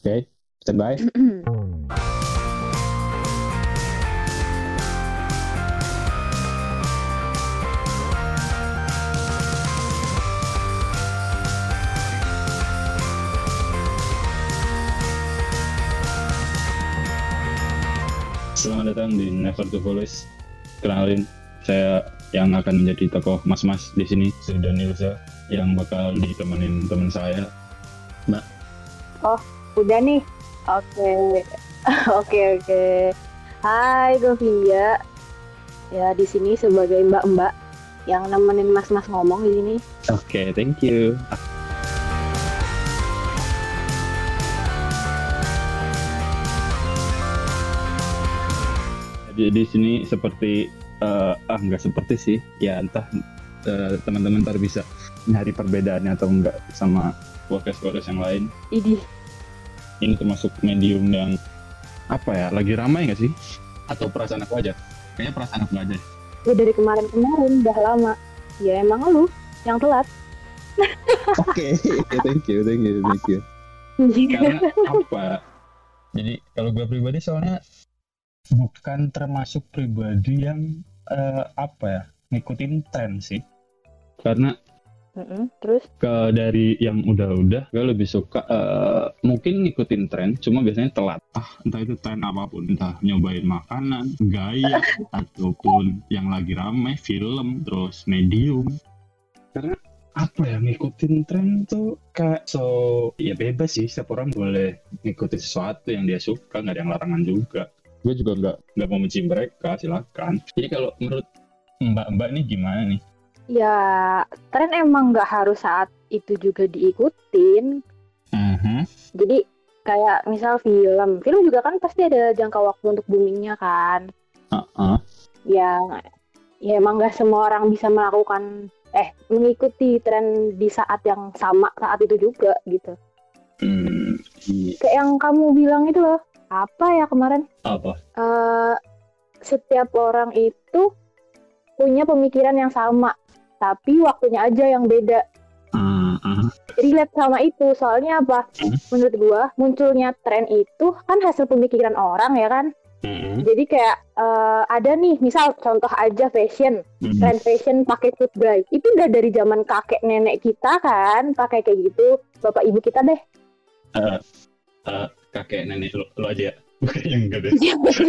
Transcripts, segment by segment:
Oke, standby. Selamat datang di Never to Police. Kenalin, saya yang akan menjadi tokoh mas-mas di sini, Sri Danilza, yang bakal ditemenin teman saya, Mbak. Oh, udah nih. Oke. Oke. Hai, Govia. Ya, di sini sebagai mbak-mbak yang nemenin mas-mas ngomong di sini. Oke, thank you. Jadi di sini seperti nggak seperti sih, ya entah teman-teman ntar bisa nyari perbedaannya atau enggak sama podcast yang lain. Ini termasuk medium yang apa ya, lagi ramai nggak sih? Atau perasaan aku aja? Kayaknya perasaan aku aja. Ya dari kemarin udah lama. Ya emang lu yang telat. Oke, thank you. Karena apa? Jadi kalau gue pribadi soalnya bukan termasuk pribadi yang ngikutin tren sih. Karena terus dari yang udah gue lebih suka mungkin ngikutin tren, cuma biasanya telat. Entah itu tren apapun, entah nyobain makanan, gaya ataupun yang lagi ramai film, terus medium. Karena ngikutin tren tuh kayak ya bebas sih, setiap orang boleh ngikutin sesuatu yang dia suka, nggak ada yang larangan juga. Gue juga nggak mau membenci mereka, silakan. Jadi kalau menurut mbak nih gimana nih? ya tren emang nggak harus saat itu juga diikutin. Jadi kayak misal film juga kan pasti ada jangka waktu untuk boomingnya kan. Ya emang nggak semua orang bisa mengikuti tren di saat yang sama saat itu juga gitu. Kayak yang kamu bilang itu loh, apa ya kemarin? Apa? Setiap orang itu punya pemikiran yang sama, tapi waktunya aja yang beda. Jadi lihat sama itu, soalnya apa? Menurut gua munculnya tren itu kan hasil pemikiran orang ya kan. Jadi kayak ada nih, misal contoh aja fashion, tren fashion pakai tote bag. Itu udah dari zaman kakek nenek kita kan, pakai kayak gitu. Bapak ibu kita deh. Kakek nenek lo aja ya? Bukan yang enggak deh.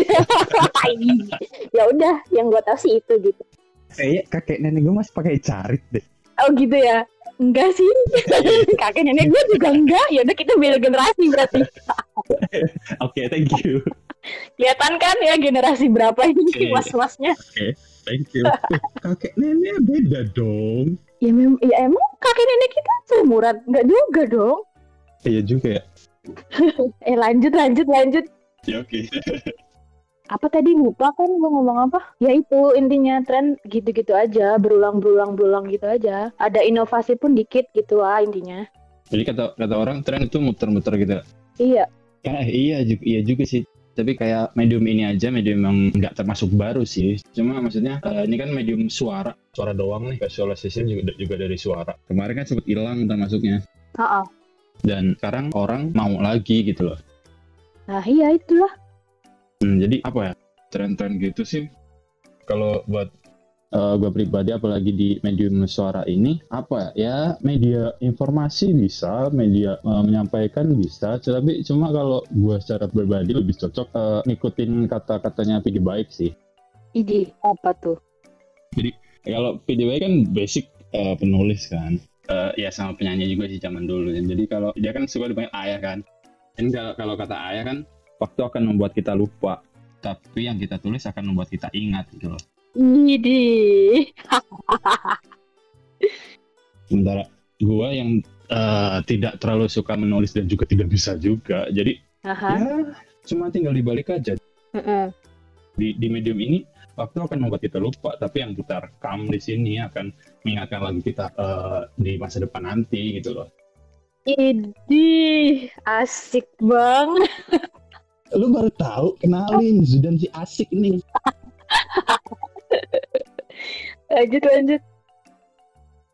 Ya udah, yang gua tahu sih itu gitu. Kayaknya kakek nenek gue masih pakai carit deh. Oh gitu ya? Enggak sih. Kakek nenek gue juga enggak. Ya udah, kita beda generasi berarti. Oke, thank you. Kelihatan kan ya generasi berapa ini mas-masnya. Oke, thank you. Kakek nenek beda dong. Ya emang kakek nenek kita seumuran? Enggak juga dong. Iya juga ya. Lanjut. Ya oke. Apa tadi, lupa kan gue ngomong apa? Ya itu intinya, tren gitu-gitu aja, berulang gitu aja. Ada inovasi pun dikit gitu intinya. Jadi kata orang tren itu muter-muter gitu. Iya. Iya juga sih. Tapi kayak medium ini aja, medium yang nggak termasuk baru sih. Cuma maksudnya ini kan medium suara doang nih. Visualization juga dari suara. Kemarin kan sempat hilang termasuknya. Dan sekarang orang mau lagi gitu loh. Nah iya itulah. Jadi apa ya, tren-tren gitu sih kalau buat gue pribadi, apalagi di medium suara ini, media informasi bisa, media menyampaikan bisa, tapi cuma kalau gue secara pribadi lebih cocok ngikutin kata-katanya PD Baik sih. Apa tuh? Jadi kalau PD Baik kan basic penulis kan, ya sama penyanyi juga sih zaman dulu. Jadi kalau dia kan suka dipanggil ayah kan. Dan kalau kata ayah kan, waktu akan membuat kita lupa, tapi yang kita tulis akan membuat kita ingat gitu loh. Sementara gue yang tidak terlalu suka menulis dan juga tidak bisa juga, jadi ya cuma tinggal dibalik aja. Di medium ini waktu akan membuat kita lupa, tapi yang kita rekam di sini akan mengingatkan lagi kita di masa depan nanti gitu loh. Asik banget. Lu baru tahu, kenalin Zudan si asik nih. Lanjut.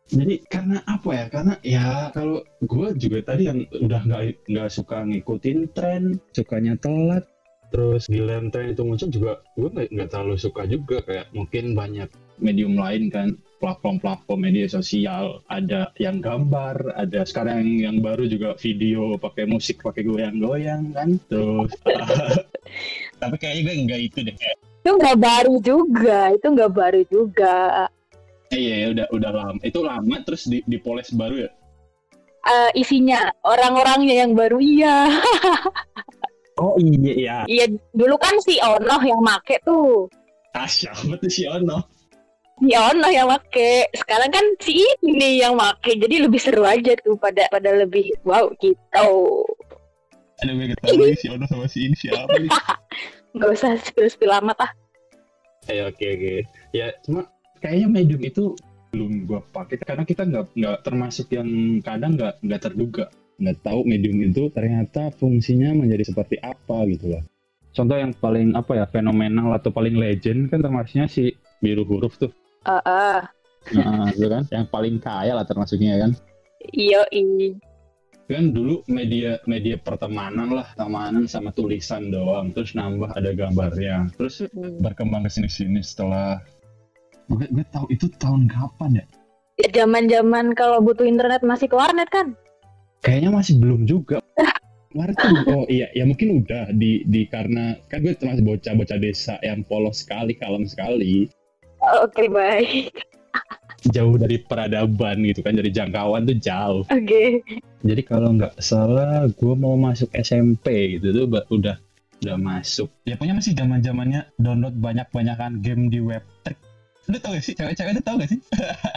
Jadi karena apa ya? Karena ya kalau gue juga tadi yang udah nggak suka ngikutin tren, sukanya telat. Terus giliran tren itu muncul juga gue nggak terlalu suka juga, kayak mungkin banyak medium lain kan, platform media sosial, ada yang gambar, ada sekarang yang baru juga video pakai musik pakai goyang-goyang kan. Terus tapi kayaknya gue nggak itu deh. Itu nggak baru juga. Iya, udah lama. Itu lama terus dipoles baru ya. Isinya orang-orangnya yang baru, iya. Oh iya. Iya, dulu kan si Ono yang make tuh. Siapa tuh si Ono? Si Ono yang make. Sekarang kan si ini yang make. Jadi lebih seru aja tuh, pada lebih wow gitu. Ada gue ketahui si Ono sama si ini siapa nih? Nggak usah spill amat ah. Oke. Ya cuma kayaknya medium itu belum gue pakai karena kita nggak termasuk yang kadang nggak terduga, nggak tahu medium itu ternyata fungsinya menjadi seperti apa gitu loh. Contoh yang paling fenomenal atau paling legend kan termasuknya si Biru Huruf tuh. Nah, itu kan yang paling kaya lah termasuknya kan. Iya. Kan dulu media pertemanan sama tulisan doang, terus nambah ada gambarnya, terus berkembang ke sini setelah gue tahu itu tahun kapan ya? Ya zaman kalau butuh internet masih ke warnet kan? Kayaknya masih belum juga. Warnet oh iya ya mungkin udah di karena kan gue termasuk bocah desa yang polos sekali, kalem sekali. Oke, baik. Jauh dari peradaban gitu kan, dari jangkauan tuh jauh. Oke. Jadi kalau nggak salah gue mau masuk SMP gitu tuh udah masuk. Ya pokoknya masih zamannya download banyakan game di Webtrick. Lu tau gak sih? Cewek-cewek itu tau gak sih?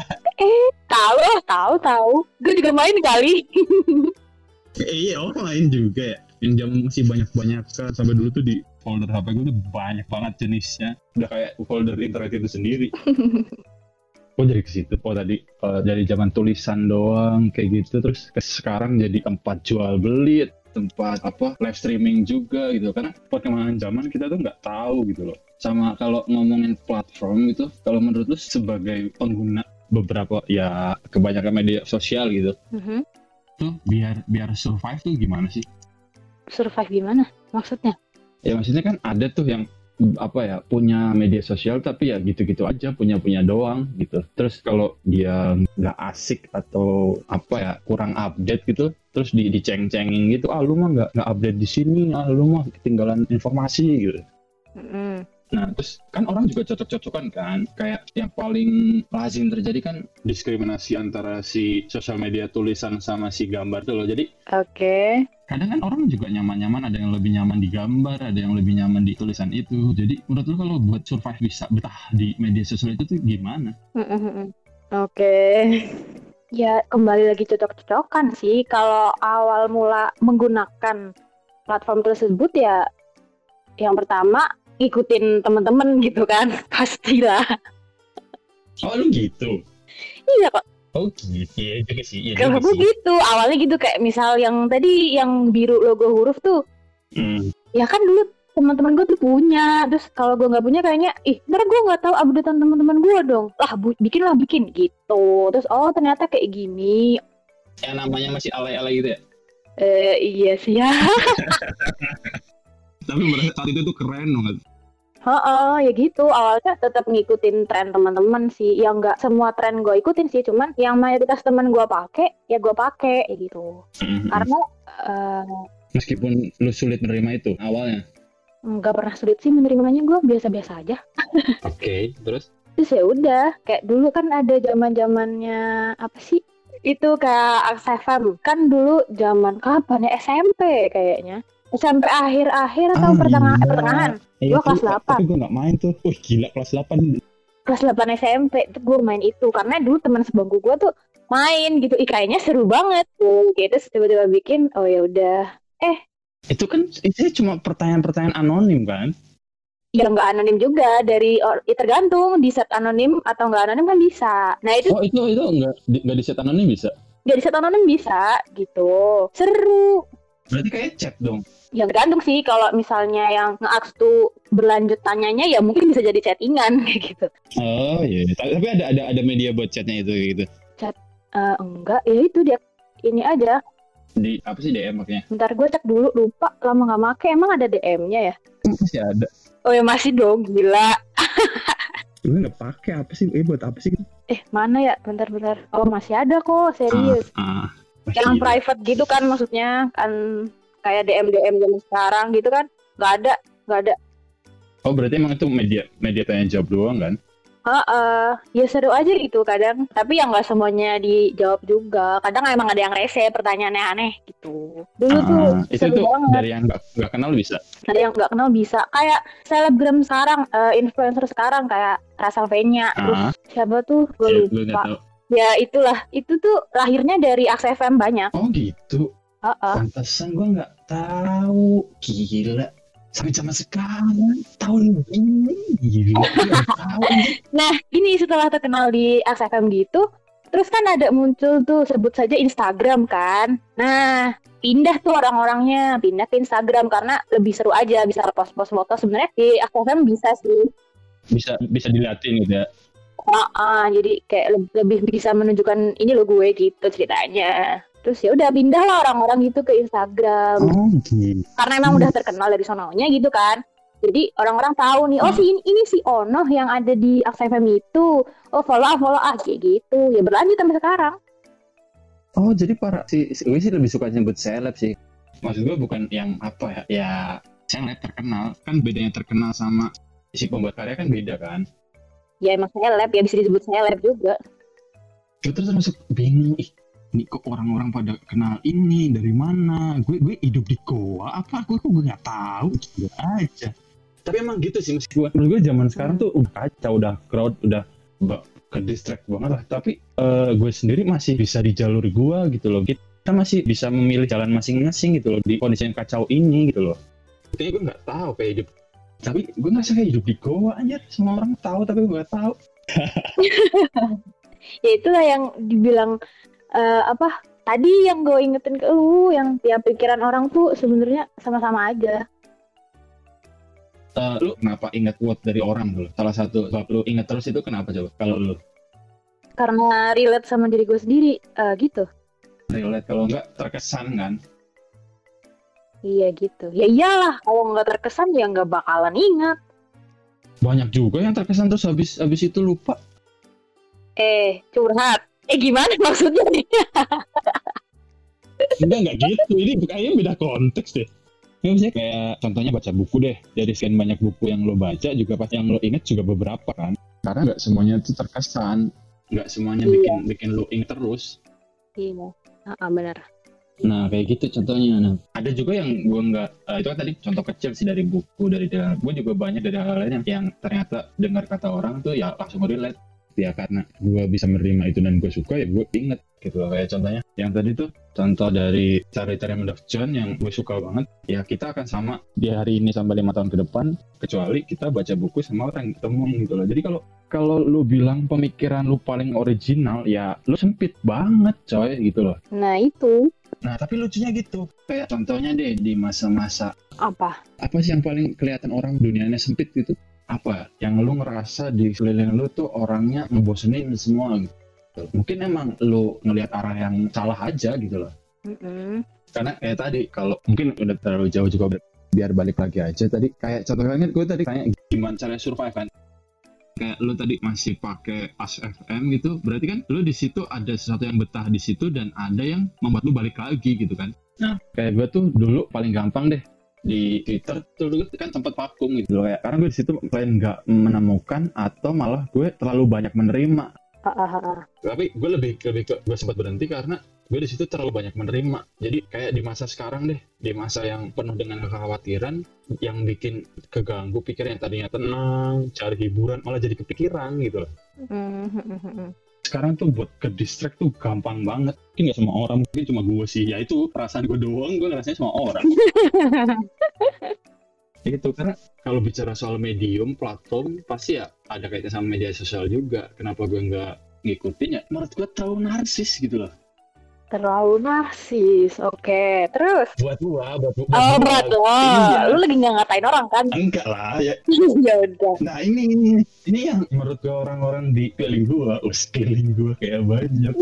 Tahu. Gue juga main kali. Iya, main juga ya. Yang jam masih banyak-banyakan. Sampai dulu tuh di folder HP gue tuh banyak banget jenisnya. Udah kayak folder internet itu sendiri. Dari ke situ. Tadi dari zaman tulisan doang kayak gitu, terus sekarang jadi tempat jual beli, tempat live streaming juga gitu. Karena perkembangan zaman kita tuh nggak tahu gitu loh. Sama kalau ngomongin platform gitu, kalau menurut lu sebagai pengguna beberapa ya kebanyakan media sosial gitu, tuh biar survive tuh gimana sih? Survive gimana? Maksudnya? Ya maksudnya kan ada tuh yang punya media sosial tapi ya gitu-gitu aja, punya doang gitu. Terus kalau dia nggak asik atau kurang update gitu, terus diceng-cengin gitu, lu mah nggak update di sini, lu mah ketinggalan informasi gitu. Nah, terus kan orang juga cocok-cocokan kan, kayak yang paling lazim terjadi kan diskriminasi antara si sosial media tulisan sama si gambar tuh loh. Jadi kadang kan orang juga nyaman-nyaman, ada yang lebih nyaman di gambar, ada yang lebih nyaman di tulisan itu. Jadi menurut lu kalau buat survive bisa betah di media sosial itu tuh gimana? Ya kembali lagi cocok-cocokan sih. Kalau awal mula menggunakan platform tersebut ya yang pertama ikutin teman-teman gitu kan, pastilah. Oh lu gitu? Iya kok. Oh gitu ya juga sih. Kalau gue gitu, awalnya gitu kayak misal yang tadi yang biru logo huruf tuh. Ya kan dulu teman-teman gue tuh punya, terus kalau gue nggak punya kayaknya, ntar gue nggak tahu updatean teman-teman gue dong. Bikin gitu. Terus ternyata kayak gini. Yang namanya masih alay-alay gitu ya? Iya sih ya. Tapi merasa saat itu tuh keren banget. Ya gitu. Awalnya tetap ngikutin tren teman-teman sih. Yang nggak semua tren gue ikutin sih, cuman yang mayoritas teman gue pakai, ya gue pakai gitu. Karena meskipun lu sulit menerima itu awalnya. Nggak pernah sulit sih menerimanya, gue biasa-biasa aja. Oke, terus ya udah, kayak dulu kan ada zaman-zamannya apa sih? Itu kayak Aksefam. Kan dulu zaman kapan ya? SMP kayaknya. SMP akhir-akhir atau pertengahan. Gue kelas 8. Tapi gue gak main tuh. Gila, kelas 8. Kelas 8 SMP tuh gue main itu. Karena dulu teman sebangku gue tuh main gitu. Kayaknya seru banget tuh. Terus tiba-tiba bikin, ya udah. Itu kan isinya cuma pertanyaan-pertanyaan anonim kan? Ya nggak anonim juga. Tergantung di set anonim atau nggak anonim kan bisa. Nah itu. Oh itu nggak di set anonim bisa? Nggak di set anonim bisa gitu. Seru. Berarti kayak chat dong? Ya tergantung sih, kalau misalnya yang nge-ask tuh berlanjut tanyanya ya mungkin bisa jadi chattingan kayak gitu. Oh iya, tapi ada media buat chatnya itu gitu. Chat Enggak, ya itu dia ini aja. Di apa sih DM maksudnya? Bentar gue cek dulu, lupa lama nggak make. Emang ada DM-nya ya? Masih ada. Oh ya masih dong, gila. Gue nggak pakai apa sih? Buat apa sih? Mana ya? Bentar. Oh masih ada kok, serius. Yang private gitu kan maksudnya, kan kayak DM zaman sekarang gitu kan? Nggak ada. Oh berarti emang itu media tanya jawab doang kan? Ya seru aja gitu kadang, tapi yang nggak semuanya dijawab juga. Kadang emang ada yang rese, pertanyaannya aneh gitu. Dulu tuh seru banget. Dari yang nggak kenal bisa? Dari yang nggak kenal bisa. Kayak selebgram sekarang, influencer sekarang kayak Rasa Venya, terus siapa tuh gue lupa. Ya itulah, itu tuh lahirnya dari Aks FM banyak. Oh gitu. Pantesan gue nggak tahu. Gila. Sampai zaman sekarang tahun ini gila. Nah ini setelah terkenal di Aks FM gitu, terus kan ada muncul tuh sebut saja Instagram kan. Nah pindah tuh orang-orangnya, pindah ke Instagram karena lebih seru aja, bisa post-post foto. Sebenarnya di Aks FM bisa sih, bisa diliatin gitu ya. Jadi kayak lebih bisa menunjukkan ini lo gue gitu ceritanya. Terus ya udah pindah lah orang-orang gitu ke Instagram. Gitu. Karena emang udah terkenal dari sononya gitu kan. Jadi orang-orang tahu nih, ini si Ono yang ada di Aks FM itu. Oh follow kayak gitu. Ya berlanjut sampai sekarang. Oh jadi gue sih lebih suka nyebut seleb sih. Maksud gue bukan yang apa ya? Ya seleb terkenal. Kan bedanya terkenal sama si pembuat karya kan beda kan. Ya emang seleb, ya bisa disebut seleb juga. Gue terus masuk bingung, ini kok orang-orang pada kenal ini dari mana? Gue hidup di goa apa? Gue nggak tahu gitu aja. Tapi emang gitu sih menurut gue zaman sekarang tuh udah kacau, udah crowd, udah ke distract banget lah. Tapi gue sendiri masih bisa di jalur gue gitu loh. Kita masih bisa memilih jalan masing-masing gitu loh di kondisi yang kacau ini gitu loh. Kayaknya gue nggak tahu kayak hidup. Tapi gue ngerasa kayak hidup di goa aja. Semua orang tahu tapi gue nggak tahu. Ya itulah yang dibilang tadi yang gue ingetin ke lu, yang tiap pikiran orang tuh sebenarnya sama-sama aja. Lu kenapa ingat quote dari orang dulu? Salah satu sebab lu ingat terus itu kenapa coba? Kalau lu? Karena relate sama diri gue sendiri, gitu. Relate, kalau enggak terkesan kan? Iya gitu. Ya iyalah, kalau nggak terkesan ya nggak bakalan ingat. Banyak juga yang terkesan terus habis itu lupa. Curhat. Gimana maksudnya nih? Enggak gitu. Ini kayaknya beda konteks deh. Maksudnya kayak contohnya baca buku deh. Dari sekian banyak buku yang lo baca juga pas yang lo ingat juga beberapa kan. Karena nggak semuanya itu terkesan. Nggak semuanya bikin lo ingat terus. Iya. Benar. Nah kayak gitu contohnya. Nah, ada juga yang gue nggak, itu kan tadi contoh kecil sih dari buku, dari gue juga banyak dari hal lain yang ternyata dengar kata orang tuh ya langsung relate. Ya karena gue bisa menerima itu dan gue suka ya gue inget gitu loh. Kayak contohnya yang tadi tuh contoh dari Cerita Random John yang gue suka banget. Ya kita akan sama di hari ini sampai 5 tahun ke depan kecuali kita baca buku sama orang yang ketemu gitu loh. Jadi kalau lu bilang pemikiran lu paling original ya lu sempit banget coy gitu loh. Nah itu. Nah tapi lucunya gitu, kayak contohnya deh di masa-masa apa sih yang paling kelihatan orang dunianya sempit gitu? Apa yang lu ngerasa di sekeliling lu tuh orangnya ngebosenin semua gitu? Mungkin emang lu ngelihat arah yang salah aja gitu loh. Karena kayak tadi kalau mungkin udah terlalu jauh juga, biar balik lagi aja tadi kayak contohnya gue tadi kayak gimana cara survive kan? Kayak lu tadi masih pakai Aks FM gitu, berarti kan lu di situ ada sesuatu yang betah di situ dan ada yang membuat lu balik lagi gitu kan. Nah, kayak gue tuh dulu paling gampang deh di Twitter tuh dulu kan sempat vakum gitu loh, kayak karena gue di situ selain nggak menemukan atau malah gue terlalu banyak menerima. Tapi gue lebih ke gue sempat berhenti karena gue di situ terlalu banyak menerima. Jadi kayak di masa sekarang deh, di masa yang penuh dengan kekhawatiran yang bikin keganggu pikir yang tadinya tenang, cari hiburan malah jadi kepikiran gitu loh. Sekarang tuh buat ke distract tuh gampang banget. Mungkin nggak semua orang, mungkin cuma gue sih. Ya itu perasaan gue doang, gue ngerasanya semua orang. Itu karena kalau bicara soal medium, platform pasti ya ada kaitan sama media sosial juga. Kenapa gue nggak ngikutin ya? Menurut gue terlalu narsis gitu loh. Terlalu narsis. Oke, terus? Buat gua. Oh, buat lo. Iya. Lu lagi nggak ngatain orang kan? Enggak lah ya. Ya udah. Nah ini yang menurut gua orang-orang di sekeliling gua kayak banyak.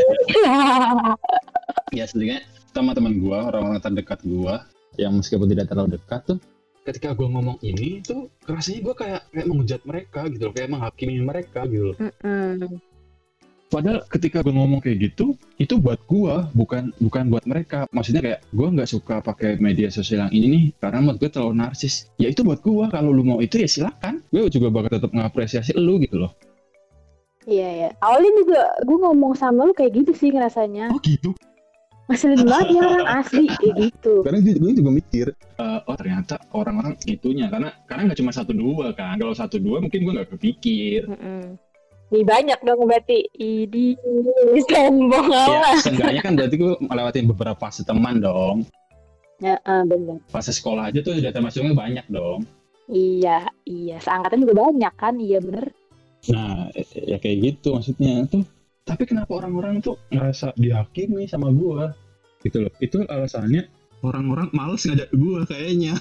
Ya sebenarnya teman-teman gua, orang-orang terdekat gua yang meskipun tidak terlalu dekat tuh, ketika gua ngomong ini tuh rasanya gua kayak menghujat mereka gitu loh, kayak menghakimi mereka gitu loh. Padahal ketika gue ngomong kayak gitu, itu buat gue, bukan buat mereka. Maksudnya kayak gue nggak suka pakai media sosial yang ini nih, karena menurut gue terlalu narsis. Ya itu buat gue, kalau lu mau itu ya silakan. Gue juga bakal tetap mengapresiasi lu gitu loh. Iya. Awalnya juga gue ngomong sama lu kayak gitu sih ngerasanya. Oh gitu? Ngeselin banget ya orang asli kayak gitu. Karena gue juga mikir, ternyata orang-orang itunya, karena nggak cuma 1-2 kan. Kalau 1-2 mungkin gue nggak kepikir. Nih banyak dong berarti. Ini sombong amat. Ya seenggaknya kan berarti gue melewatin beberapa fase teman dong. Ya benar. Fase sekolah aja tuh data masuknya banyak dong. Iya. Seangkatan juga banyak kan, iya bener. Nah ya kayak gitu maksudnya tuh. Tapi kenapa orang-orang tuh ngerasa dihakimi sama gue gitu loh. Itu alasannya orang-orang males ngajak gue kayaknya.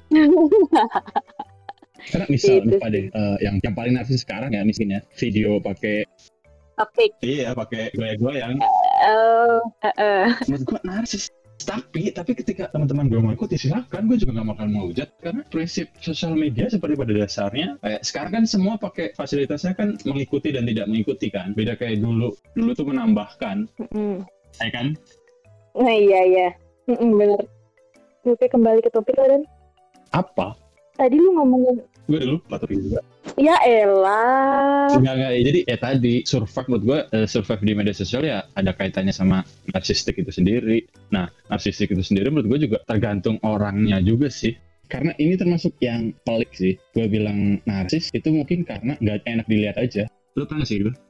Karena misal lupa deh, yang paling narsis sekarang ya misalnya video pakai iya pakai goyang-goyang. Menurut gue narsis. Tapi ketika teman-teman gue mau ikut silakan, gue juga nggak bakal menghujat karena prinsip sosial media seperti pada dasarnya kayak sekarang kan semua pakai fasilitasnya kan mengikuti dan tidak mengikuti kan, beda kayak dulu tuh menambahkan, ya kan? Nah iya, bener. Oke, kembali ke topik Dan. Apa? Tadi lu ngomongin gue dulu topik juga. Ya elah. Enggak. Jadi tadi survive menurut gue, survive di media sosial ya ada kaitannya sama narsistik itu sendiri. Nah, narsistik itu sendiri menurut gue juga tergantung orangnya juga sih. Karena ini termasuk yang pelik sih. Gue bilang narsis itu mungkin karena nggak enak dilihat aja. Lu tau sih itu?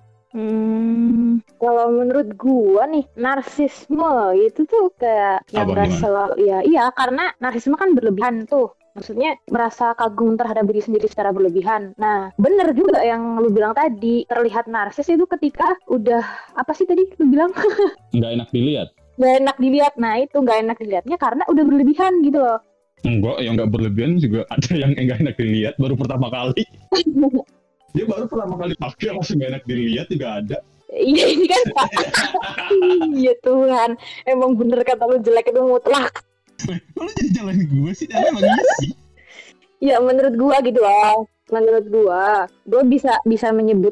Kalau menurut gua nih, narsisme itu tuh kayak yang gak selalu iya karena narsisme kan berlebihan tuh. Maksudnya merasa kagum terhadap diri sendiri secara berlebihan. Nah, bener juga yang lu bilang tadi, terlihat narsis itu ketika udah apa sih tadi lu bilang? Nggak enak dilihat. Nggak enak dilihat. Nah, itu nggak enak dilihatnya karena udah berlebihan gitu loh. Enggak, yang nggak berlebihan juga ada yang nggak enak dilihat baru pertama kali. Dia baru pertama kali pakai langsung nggak enak dilihat juga ada. Iya ini kan Pak. Iya Tuhan, emang bener kata lu jelek itu mutlak. Lu jadi jalanin gue sih, tapi emang iya sih. Ya menurut gue gitu loh. Menurut gue bisa menyebut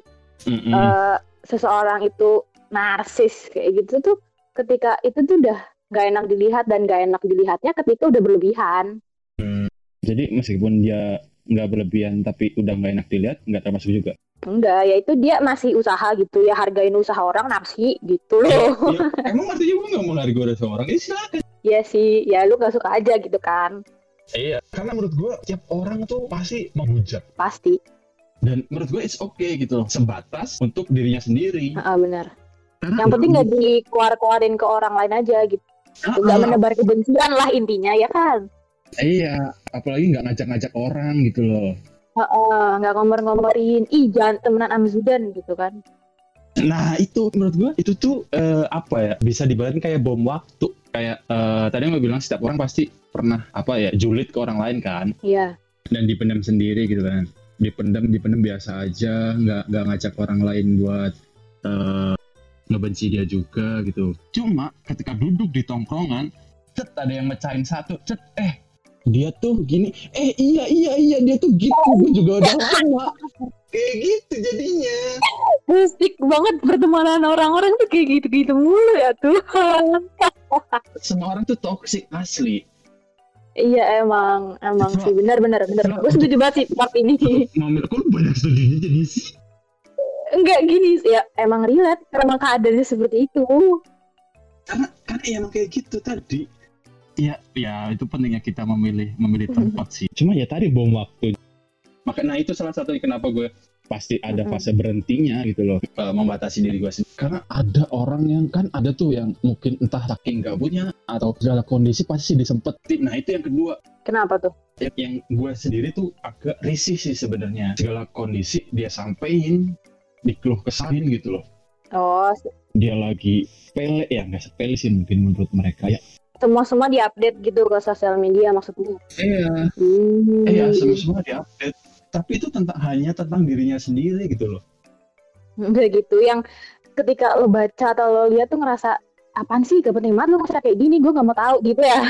seseorang itu narsis kayak gitu tuh ketika itu tuh udah gak enak dilihat, dan gak enak dilihatnya ketika udah berlebihan. Jadi meskipun dia nggak berlebihan tapi udah nggak enak dilihat, nggak termasuk juga? Enggak, ya itu dia masih usaha gitu ya, hargain usaha orang, nafsi gitu loh. Ya, emang artinya gue nggak mau menghargai usaha orang, silakan. Iya sih, ya lu nggak suka aja gitu kan. Iya, karena menurut gue tiap orang tuh pasti menghujat. Pasti. Dan menurut gue it's okay gitu loh, sebatas untuk dirinya sendiri. Benar. Yang penting nggak dikeluarin ke orang lain aja gitu. Nggak menebar kebencian lah intinya ya kan. Iya, apalagi nggak ngajak-ngajak orang gitu loh. Nggak ngomor-ngomorin, jangan temenan sama Zudan gitu kan. Nah itu menurut gue itu tuh apa ya, bisa dibilang kayak bom waktu. Kayak tadi gue bilang setiap orang pasti pernah julid ke orang lain kan. Iya. Dan dipendam sendiri gitu kan. Dipendam biasa aja, nggak ngajak orang lain buat ngebenci dia juga gitu. Cuma ketika duduk di tongkrongan, ada yang mecahin satu, dia tuh gini, iya dia tuh gitu, gue juga udah lama kayak gitu jadinya. Musik banget pertemanan orang-orang tuh kayak gitu-gitu mulu ya Tuhan. Semua orang tuh toxic asli. Iya emang sih benar. Gue setuju banget sih part ini. Kok banyak setujunya jadi sih? Enggak gini ya, emang relate, emang keadaannya seperti itu. Karena emang kayak gitu tadi. Ya itu pentingnya kita memilih tempat sih. Cuma ya tadi bom waktu. Makanya itu salah satunya kenapa gue pasti ada fase berhentinya gitu loh, membatasi diri gue sendiri. Karena ada orang yang kan ada tuh yang mungkin entah saking gabutnya atau segala kondisi pasti disempetin. Nah itu yang kedua. Kenapa tuh? Yang gue sendiri tuh agak risih sih sebenarnya. Segala kondisi dia sampein, dikeluh kesalin gitu loh. dia lagi sepele ya, nggak sepele sih mungkin menurut mereka ya. Semua diupdate gitu ke sosial media maksudnya. Iya. Iya, semua diupdate. Tapi itu hanya tentang dirinya sendiri gitu loh. Udah gitu, yang ketika lo baca atau lo lihat tuh ngerasa apaan sih, gak penting banget lo ngerasa kayak gini, gue gak mau tahu gitu ya.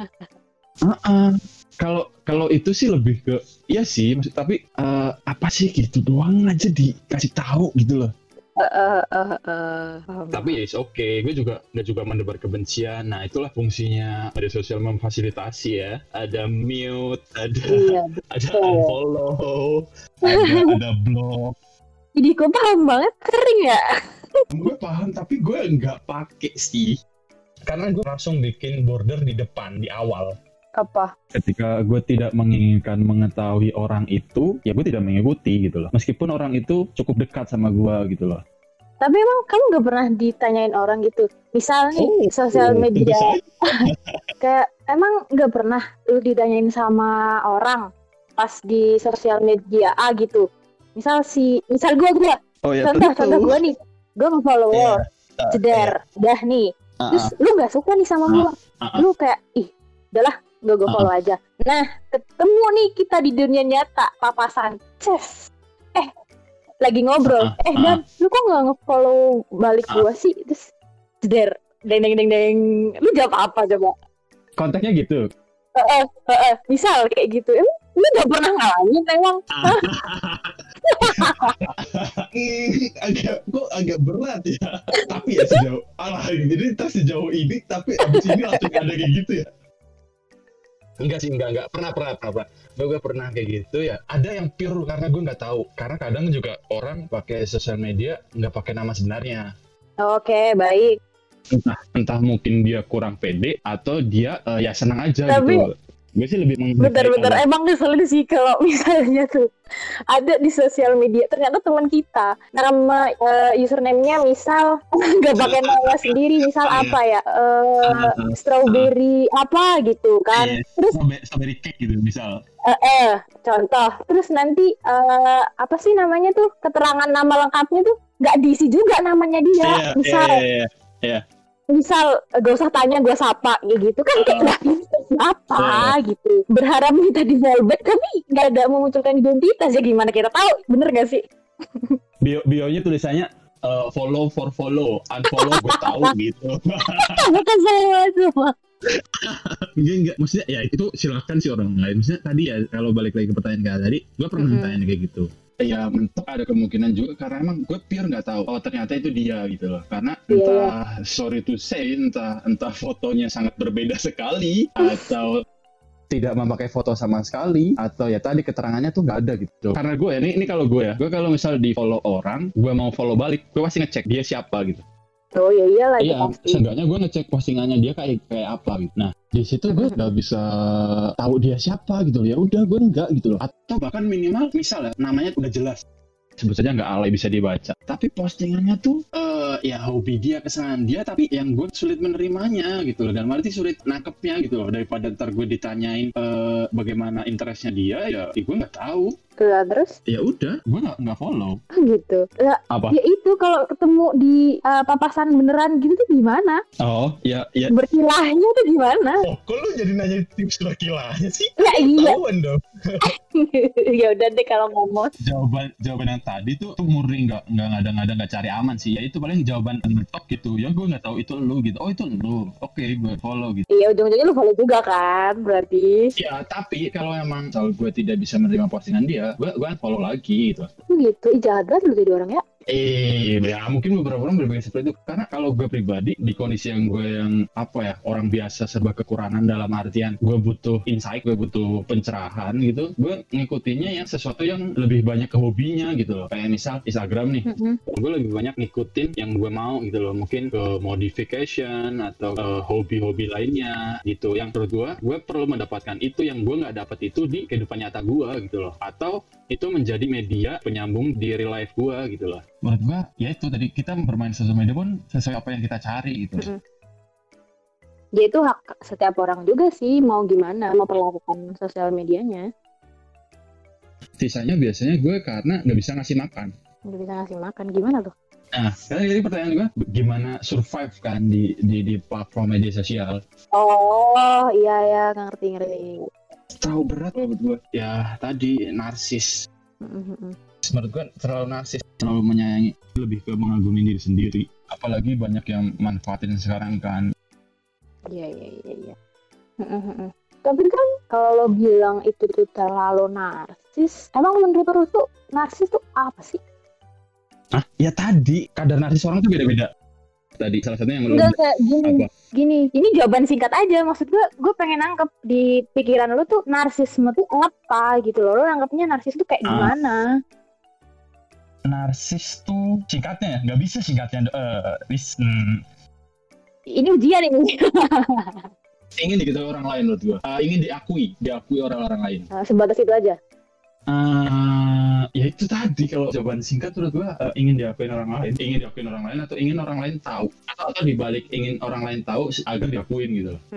Kalau itu sih lebih ke iya sih, tapi apa sih gitu doang aja dikasih tahu gitu loh. Tapi ya oke, gue juga nggak juga menebar kebencian. Nah itulah fungsinya media sosial, memfasilitasi ya. Ada mute, ada unfollow, ada blog. Jadi gue paham banget, sering ya. Gue paham, tapi gue nggak pakai sih, karena gue langsung bikin border di depan di awal. Apa? Ketika gue tidak menginginkan mengetahui orang itu, ya gue tidak mengikuti gitu loh. Meskipun orang itu cukup dekat sama gue gitu loh. Tapi emang kamu gak pernah ditanyain orang gitu? Misal nih, sosial media. Kayak emang gak pernah lu ditanyain sama orang pas di sosial media A gitu. Misal gue. Contoh gue nih. Gue nge-follow lo. Ceder. Dah nih. Terus lu gak suka nih sama gue. Lu kayak, udahlah. Gue follow aja. Nah, ketemu nih kita di dunia nyata, papasan. Lagi ngobrol. Dan lu kok gak nge-follow balik gue sih? Terus jeder, deng. Lu jawab apa coba? Konteksnya gitu. Misal kayak gitu. Lu gak pernah ngalamin emang? agak berat ya. Tapi ya sejauh ini tapi abis ini langsung ada kayak gitu ya. Enggak pernah. Gue pernah kayak gitu ya. Ada yang pure karena gue nggak tahu. Karena kadang juga orang pakai sosial media nggak pakai nama sebenarnya. Oke, baik. Entah mungkin dia kurang pede atau dia ya senang aja gitu. Gue sih lebih Bentar, emang ngeselin sih kalau misalnya tuh ada di sosial media ternyata teman kita nama username-nya misal nggak pakai nama sendiri, misal apa ya, strawberry apa gitu kan, terus strawberry cake gitu misal, contoh, terus nanti apa sih namanya tuh, keterangan nama lengkapnya tuh nggak diisi juga namanya dia, misal gak usah tanya gue sapa gitu kan, kayak nggak apa gitu, berharap minta di fallback tapi nggak ada memunculkan identitas, ya gimana kita tahu, bener gak sih? Bio-nya tulisannya follow for follow, unfollow gue tahu gitu. Bukan saya semua. Enggak, maksudnya ya itu silakan sih orang lain. Maksudnya tadi ya kalau balik lagi ke pertanyaan tadi, gue pernah ditanya kayak gitu. Ya mentok ada kemungkinan juga karena emang gue pure nggak tahu ternyata itu dia gitu loh, karena entah sorry to say entah fotonya sangat berbeda sekali atau tidak memakai foto sama sekali, atau ya tadi keterangannya tuh nggak ada gitu. Karena gue ini kalau gue kalau misal di follow orang, gue mau follow balik, gue pasti ngecek dia siapa gitu. Oh iyalah. Iya, seenggaknya gue ngecek postingannya dia kayak apa gitu. Nah di situ gue nggak bisa tahu dia siapa gitu loh. Ya udah gue nggak gitu loh. Atau bahkan minimal misal ya namanya udah jelas, sebut saja nggak alay bisa dibaca. Tapi postingannya tuh ya hobi dia, kesalahan dia, tapi yang gue sulit menerimanya gitu loh. Dan berarti sulit nangkepnya gitu loh. Daripada ntar gue ditanyain bagaimana interestnya dia, ya gue nggak tahu. Terus? Ya udah, gue nggak follow. Gitu. Apa? Ya itu kalau ketemu di papasan beneran gitu tuh gimana? Oh, ya. Berkilahnya tuh gimana? Oh, kok lu jadi nanya tips berkilahnya sih? Ya iya. Tahuan dong. Ya udah deh kalau ngomong. Jawaban yang tadi tuh murni nggak ngada-ngada, nggak cari aman sih. Ya itu paling jawaban mentok gitu. Ya gue nggak tahu itu lu gitu. Oh itu lu. Oke, gue follow gitu. Iya, ujung-ujungnya lu follow juga kan berarti. Ya tapi kalau emang gue tidak bisa menerima postingan dia, gue follow lagi gitu. Gitu, jahat banget lu jadi orang ya. Ya mungkin beberapa orang berbeda seperti itu. Karena kalau gue pribadi di kondisi yang gue orang biasa serba kekurangan dalam artian gue butuh insight, gue butuh pencerahan gitu, gue ngikutinnya yang sesuatu yang lebih banyak ke hobinya gitu loh. Kayak misal Instagram nih, gue lebih banyak ngikutin yang gue mau gitu loh. Mungkin ke modification atau ke hobi-hobi lainnya gitu. Yang menurut gue perlu mendapatkan itu yang gue nggak dapat itu di kehidupan nyata gue gitu loh. Atau itu menjadi media penyambung di real life gue gitu loh. Menurut gue ya itu tadi, kita bermain sosial media pun sesuai apa yang kita cari gitu. Ya itu hak setiap orang juga sih, mau gimana mau perlakukan sosial medianya. Sisanya biasanya gue karena nggak bisa ngasih makan. Nggak bisa ngasih makan gimana tuh? Nah, sekarang jadi pertanyaan gue, gimana survive kan di platform media sosial? Oh, iya, ngerti. Terlalu berat menurut gue. Ya, tadi narsis. Menurut gue terlalu narsis, terlalu menyayangi, lebih ke mengagumi diri sendiri. Apalagi banyak yang manfaatin sekarang kan. Iya. Tapi kan kalau lo bilang itu tuh terlalu narsis, emang menurut lo tuh narsis tuh apa sih? Ya tadi kadar narsis orang tuh beda-beda. Tadi salah satunya yang enggak kayak gini. Ini jawaban singkat aja. Maksud gue pengen nangkep di pikiran lo tuh narsisme tuh apa gitu loh. Lo nangkepnya narsis tuh kayak gimana? Narsis tuh singkatnya ya? Nggak bisa singkatnya. Ini ujian ini. Ingin diketahui orang lain menurut gue. Ingin diakui orang-orang lain. Sebatas itu aja. Ya itu tadi kalau jawaban singkat menurut gue, ingin diakuin orang lain atau ingin orang lain tahu atau dibalik ingin orang lain tahu agar diakuin gitu loh.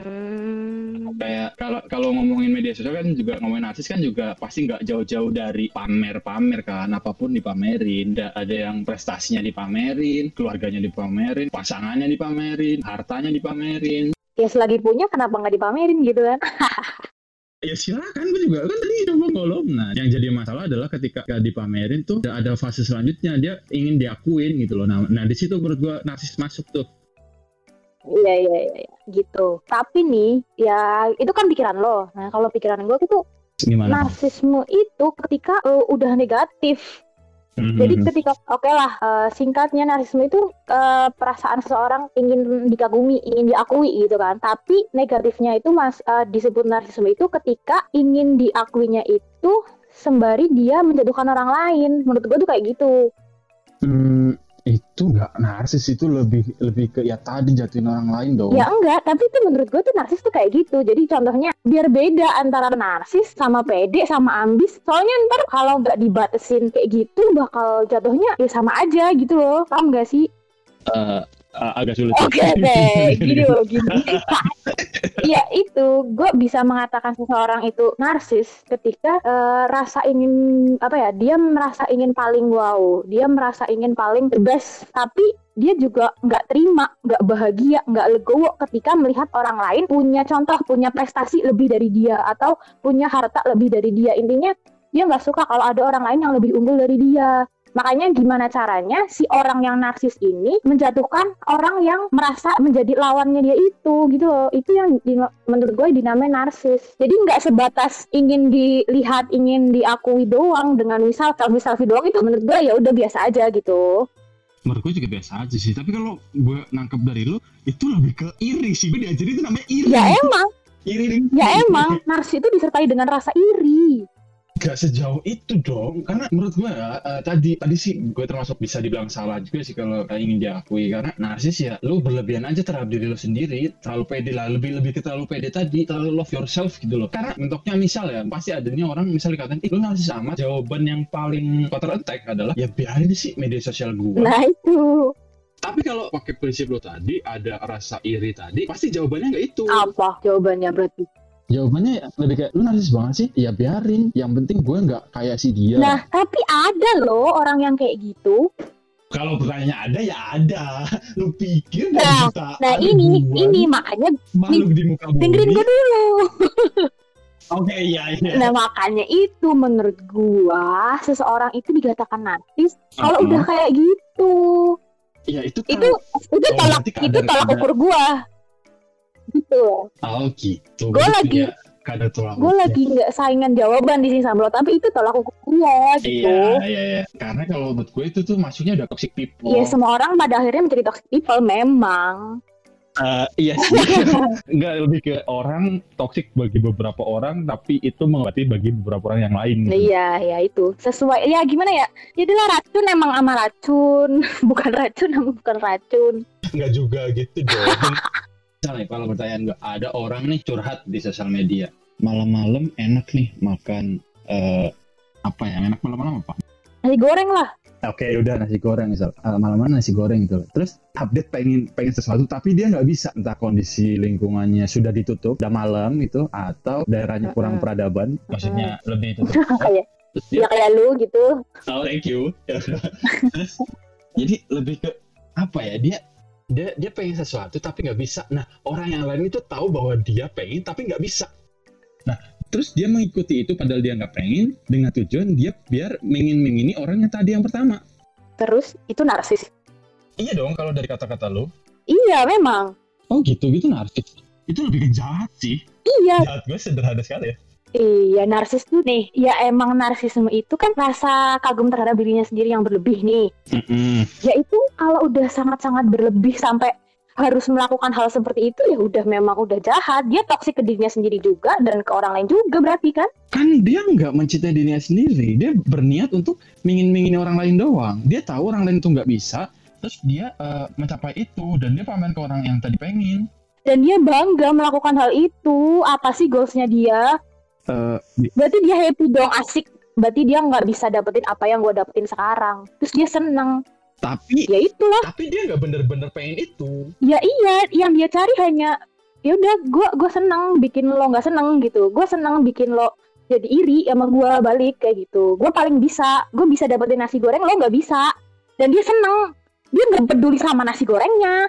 Kayak kalau ngomongin media sosial kan juga ngomongin narsis kan juga pasti nggak jauh-jauh dari pamer kan, apapun dipamerin. Ada yang prestasinya dipamerin, keluarganya dipamerin, pasangannya dipamerin, hartanya dipamerin. Ya selagi punya kenapa nggak dipamerin gitu kan? Ya silakan, gue juga kan tadi coba ngolong. Nah, yang jadi masalah adalah ketika dipamerin tuh ada fase selanjutnya, dia ingin diakuin gitu loh. Nah di situ menurut gue narsis masuk tuh. Iya gitu. Tapi nih ya itu kan pikiran lo. Nah kalau pikiran gue itu narsisme itu ketika udah negatif. Jadi ketika singkatnya narsisme itu perasaan seseorang ingin dikagumi, ingin diakui gitu kan. Tapi negatifnya itu disebut narsisme itu ketika ingin diakuinya itu sembari dia menjatuhkan orang lain. Menurut gue tuh kayak gitu. Itu nggak narsis, itu lebih ke ya tadi jatuhin orang lain dong. Ya enggak, tapi itu menurut gue tuh narsis tuh kayak gitu. Jadi contohnya biar beda antara narsis sama pede sama ambis. Soalnya ntar kalau nggak dibatasin kayak gitu bakal jatuhnya ya sama aja gitu loh. Paham nggak sih? Agak sulit. Oke deh, gini. Ya itu, gue bisa mengatakan seseorang itu narsis ketika rasa ingin dia merasa ingin paling wow, dia merasa ingin paling the best, tapi dia juga nggak terima, nggak bahagia, nggak legowo ketika melihat orang lain punya prestasi lebih dari dia atau punya harta lebih dari dia. Intinya dia nggak suka kalau ada orang lain yang lebih unggul dari dia. Makanya gimana caranya si orang yang narsis ini menjatuhkan orang yang merasa menjadi lawannya dia itu gitu loh. Itu yang menurut gue dinamain narsis. Jadi nggak sebatas ingin dilihat, ingin diakui doang dengan misal selfie doang, itu menurut gue ya udah biasa aja gitu. Menurut gue juga biasa aja sih. Tapi kalau gue nangkep dari lu itu lebih ke iri sih. Gue diajarin itu namanya iri. Ya emang. Iri. Ya emang narsis itu disertai dengan rasa iri. Gak sejauh itu dong, karena menurut gue tadi sih gue termasuk bisa dibilang salah juga sih kalau ingin diakui, karena narsis ya lu berlebihan aja terhadap diri lu sendiri, terlalu pede lah, lebih ke terlalu pede tadi, terlalu love yourself gitu loh. Karena bentuknya misal ya, pasti adanya orang misal dikatain, lu narsis amat, jawaban yang paling counter attack adalah ya biarin sih media sosial gue. Nah itu. Tapi kalau pakai prinsip lo tadi, ada rasa iri tadi, pasti jawabannya nggak itu. Apa jawabannya berarti? Jawabannya lebih kayak, lu narsis banget sih? Ya biarin, yang penting gue nggak kayak si dia. Nah, tapi ada loh orang yang kayak gitu. Kalau pertanyaannya ada, ya ada. Lu pikir nah ini makanya makhluk di muka bumi. Dengerin gue dulu. Oke, iya. Nah, makanya itu menurut gua seseorang itu dikatakan narsis kalau udah kayak gitu. Iya, itu tolak ukur gua. Gitu. Oh gitu. Gue lagi nggak saingan jawaban di sini sama lo, tapi itu tolak ukur gue gitu. Iya. Karena kalau menurut gue itu tuh masuknya udah toxic people. Iya, semua orang pada akhirnya menjadi toxic people memang. Iya sih. Nggak, lebih ke orang toxic bagi beberapa orang, tapi itu mengobati bagi beberapa orang yang lain. Gitu. Iya itu sesuai. Ya gimana ya? Jadilah racun emang sama racun, bukan racun emang bukan racun. Nggak juga gitu dong. Misalnya kalau pertanyaan gue, ada orang nih curhat di sosial media, malam-malam enak nih makan apa ya, enak malam-malam apa? Nasi goreng lah. Oke, udah nasi goreng misal, malam-malam nasi goreng gitu. Terus update pengen sesuatu, tapi dia nggak bisa, entah kondisi lingkungannya sudah ditutup, udah malam gitu, atau daerahnya kurang peradaban, maksudnya lebih tutup. Ya kayak lu gitu. Oh, thank you. Jadi lebih ke apa ya, dia pengen sesuatu tapi nggak bisa. Nah, orang yang lain itu tahu bahwa dia pengen tapi nggak bisa. Nah, terus dia mengikuti itu padahal dia nggak pengen, dengan tujuan dia biar mengingini orang yang tadi yang pertama. Terus itu narsis. Iya dong, kalau dari kata-kata lo. Iya memang. Oh gitu narsis. Itu lebih ke jahat sih. Iya. Jahat gue sederhana sekali ya. Iya, narsis tuh nih, ya emang narsisme itu kan rasa kagum terhadap dirinya sendiri yang berlebih nih. Ya itu kalau udah sangat-sangat berlebih sampai harus melakukan hal seperti itu, ya udah memang udah jahat. Dia toksik ke dirinya sendiri juga dan ke orang lain juga berarti kan? Kan dia nggak mencintai dirinya sendiri, dia berniat untuk mengingini orang lain doang. Dia tahu orang lain itu nggak bisa, terus dia mencapai itu dan dia pamer ke orang yang tadi pengen. Dan dia bangga melakukan hal itu. Apa sih goalsnya dia? Berarti dia happy dong, asik. Berarti dia nggak bisa dapetin apa yang gue dapetin sekarang. Terus dia seneng. Tapi ya itulah. Tapi dia nggak bener-bener pengen itu. Ya iya, yang dia cari hanya ya udah gue seneng bikin lo nggak seneng gitu. Gue seneng bikin lo jadi iri sama gue balik kayak gitu. Gue paling bisa, gue bisa dapetin nasi goreng, lo nggak bisa. Dan dia seneng. Dia nggak peduli sama nasi gorengnya.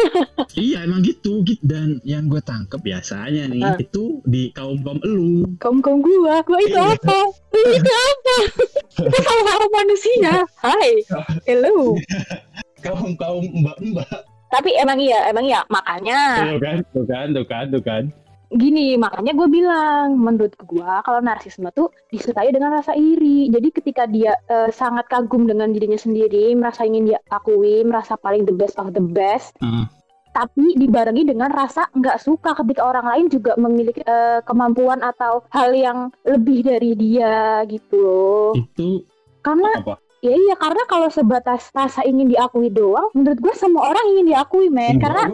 Iya emang gitu. Dan yang gue tangkep biasanya nih itu di kaum elu. Kaum gue itu apa? Itu apa? Itu sama manusia. Hai, hello. Kaum mbak. Tapi emang iya makanya. Tuh kan. Gini, makanya gue bilang, menurut gue kalau narsisme tuh disertai dengan rasa iri. Jadi ketika dia sangat kagum dengan dirinya sendiri, merasa ingin dia akui, merasa paling the best of the best, tapi dibarengi dengan rasa nggak suka ketika orang lain juga memiliki kemampuan atau hal yang lebih dari dia gitu loh. Itu karena apa? Ya iya, karena kalau sebatas rasa ingin diakui doang, menurut gue semua orang ingin diakui, men. Karena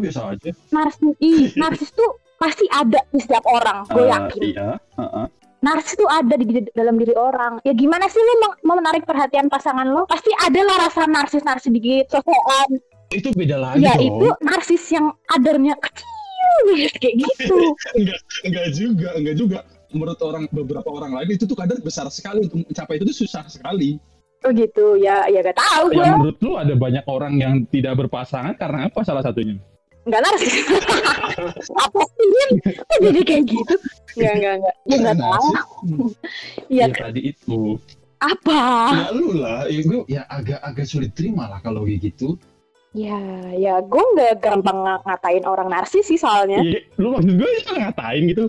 narsis tuh pasti ada di setiap orang, gue yakin. Iya. Narsis tuh ada di dalam diri orang. Ya gimana sih lo mau menarik perhatian pasangan lo? Pasti ada lah rasa narsis dikit, sosokan. Itu beda lagi ya, dong. Itu narsis yang kadarnya kecil, kayak gitu. Enggak juga. Menurut beberapa orang lain itu tuh kadar besar sekali, untuk mencapai itu tuh susah sekali. Oh gitu, ya gak tahu gue. Ya menurut lu ada banyak orang yang tidak berpasangan karena apa salah satunya? Enggak narsis. Apa sih jadi kayak gitu? Enggak. Ya enggak tahu. Ya tadi itu. Apa? Ya lu lah, gue agak sulit terima lah kalau kayak gitu. Ya gue enggak gampang ngatain orang narsis sih soalnya. Iya, lu maksud gue ngatain gitu.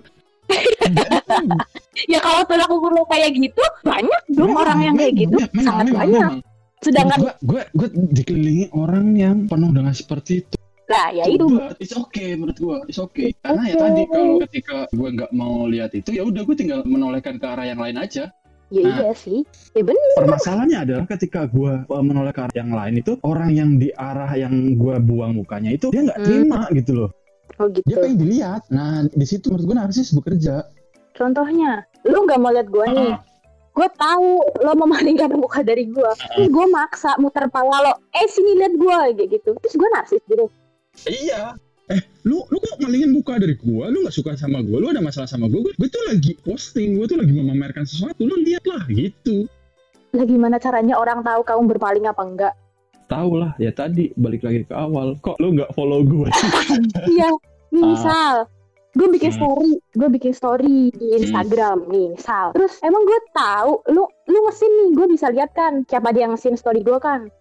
Ya kalau perilaku lo kayak gitu, banyak dong orang yang kayak gitu, sangat banyak. Sedangkan gue dikelilingi orang yang penuh dengan seperti itu. Nah, ya itu. It's okay menurut gue, it's okay. Karena ya tadi kalau ketika gue nggak mau lihat itu, ya udah gue tinggal menolehkan ke arah yang lain aja. Ya iya sih, ya benar. Permasalahannya adalah ketika gue menoleh ke arah yang lain itu, orang yang di arah yang gue buang mukanya itu dia nggak terima gitu loh. Oh gitu. Dia pengen dilihat. Nah di situ menurut gue narsis bekerja. Contohnya, lu nggak mau lihat gue nih. Gue tahu lo memalingkan muka dari gue. Terus gue maksa muter pala lo. Sini lihat gue kayak gitu. Terus gue narsis gitu. Iya. Lu kok malingin muka dari gue? Lu nggak suka sama gue? Lu ada masalah sama gue? Gue tuh lagi posting. Gue tuh lagi memamerkan sesuatu. Lu lihat lah gitu. Lah gimana caranya orang tahu kamu berpaling apa enggak? Tahu lah. Ya tadi balik lagi ke awal. Kok lu nggak follow gue? Iya. Misal. Gue bikin story di Instagram nih, misal. Terus emang gue tahu lu nge-scene nih, gue bisa lihat kan siapa dia nge-scene story gue kan?